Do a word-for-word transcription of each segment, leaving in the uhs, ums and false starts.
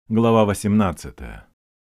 Глава восемнадцатая.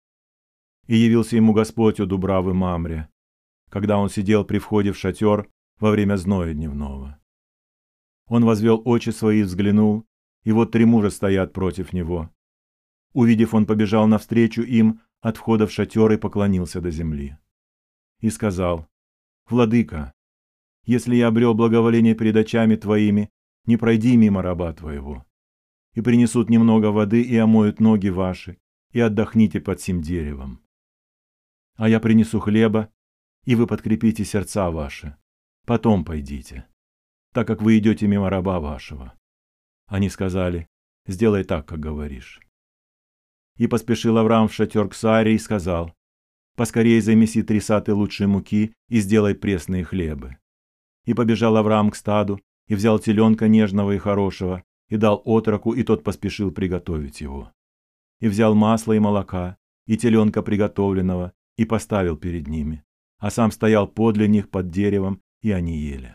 И явился ему Господь у Дубравы Мамре, когда он сидел при входе в шатер во время зноя дневного. Он возвел очи свои и взглянул, и вот три мужа стоят против него. Увидев, он побежал навстречу им от входа в шатер и поклонился до земли. И сказал: «Владыка, если я обрел благоволение перед очами твоими, не пройди мимо раба твоего. И принесут немного воды и омоют ноги ваши, и отдохните под сим деревом. А я принесу хлеба, и вы подкрепите сердца ваши. Потом пойдите, так как вы идете мимо раба вашего». Они сказали: «Сделай так, как говоришь». И поспешил Авраам в шатер к Саре и сказал: «Поскорей замеси три саты лучшей муки и сделай пресные хлебы». И побежал Авраам к стаду, и взял теленка нежного и хорошего, и дал отроку, и тот поспешил приготовить его. И взял масла и молока, и теленка приготовленного, и поставил перед ними, а сам стоял подле них под деревом, и они ели.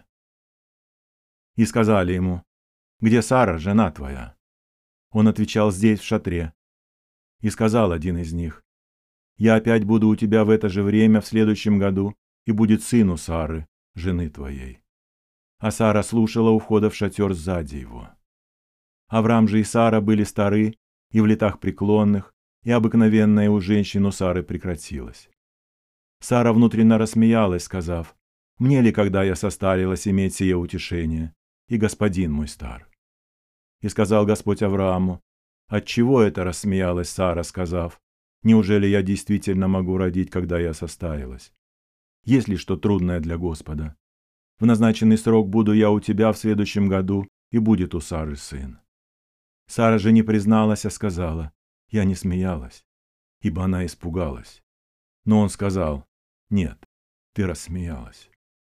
И сказали ему: «Где Сара, жена твоя?» Он отвечал: «Здесь, в шатре». И сказал один из них: «Я опять буду у тебя в это же время в следующем году, и будет сын у Сары, жены твоей». А Сара слушала у входа в шатер сзади его. Авраам же и Сара были стары и в летах преклонных, и обыкновенная у женщин у Сары прекратилась. Сара внутренно рассмеялась, сказав: «Мне ли, когда я состарилась, иметь сие утешение, и господин мой стар?» И сказал Господь Аврааму: «Отчего это рассмеялась Сара, сказав: неужели я действительно могу родить, когда я состарилась? Есть ли что трудное для Господа? В назначенный срок буду я у тебя в следующем году, и будет у Сары сын». Сара же не призналась, а сказала: «Я не смеялась», ибо она испугалась. Но он сказал: «Нет, ты рассмеялась».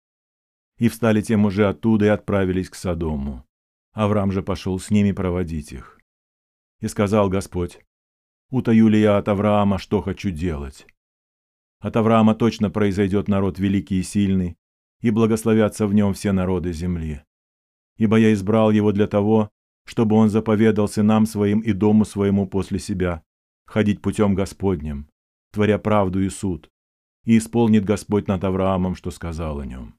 И встали те мужи оттуда и отправились к Содому. Авраам же пошел с ними проводить их. И сказал Господь: «Утаю ли я от Авраама, что хочу делать? От Авраама точно произойдет народ великий и сильный, и благословятся в нем все народы земли. Ибо я избрал его для того, чтобы он заповедал сынам своим и дому своему после себя ходить путем Господним, творя правду и суд, и исполнит Господь над Авраамом, что сказал о нем».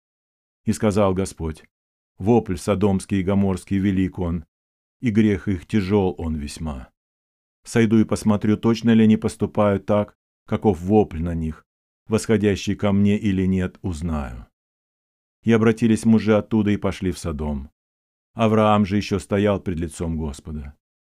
И сказал Господь: «Вопль содомский и гоморский велик он, и грех их тяжел он весьма. Сойду и посмотрю, точно ли они поступают так, каков вопль на них, восходящий ко мне или нет, узнаю». И обратились мужи оттуда и пошли в Содом. Авраам же еще стоял пред лицом Господа.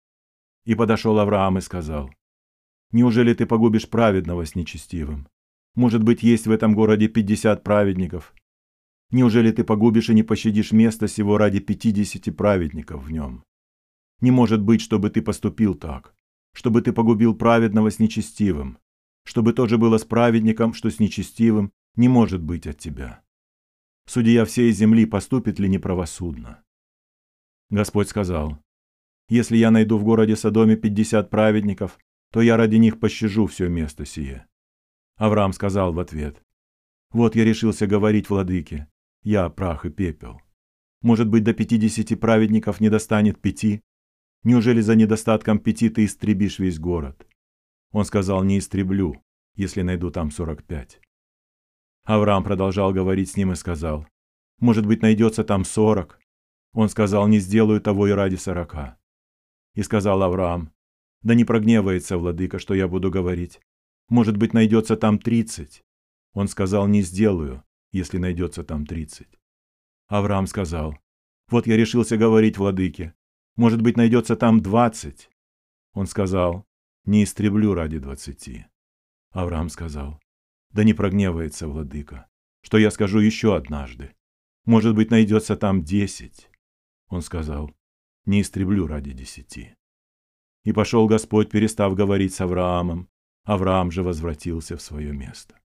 И подошел Авраам и сказал: «Неужели ты погубишь праведного с нечестивым? Может быть, есть в этом городе пятьдесят праведников? Неужели ты погубишь и не пощадишь место сего ради пятидесяти праведников в нем? Не может быть, чтобы ты поступил так, чтобы ты погубил праведного с нечестивым, чтобы то же было с праведником, что с нечестивым, не может быть от тебя. Судья всей земли поступит ли неправосудно?» Господь сказал: «Если я найду в городе Содоме пятьдесят праведников, то я ради них пощажу все место сие». Авраам сказал в ответ: «Вот я решился говорить владыке, я прах и пепел. Может быть, до пятидесяти праведников не достанет пяти? Неужели за недостатком пяти ты истребишь весь город?» Он сказал: «Не истреблю, если найду там сорок пять». Авраам продолжал говорить с ним и сказал: «Может быть, найдется там сорок?» Он сказал: «Не сделаю того и ради сорока». И сказал Авраам: «Да не прогневается владыка, что я буду говорить. Может быть, найдется там тридцать?» Он сказал: «Не сделаю, если найдется там тридцать». Авраам сказал: «Вот я решился говорить владыке. Может быть, найдется там двадцать?» Он сказал: «Не истреблю ради двадцати». Авраам сказал: «Да не прогневается владыка, что я скажу еще однажды. Может быть, найдется там десять». Он сказал: «Не истреблю ради десяти». И пошел Господь, перестав говорить с Авраамом. Авраам же возвратился в свое место.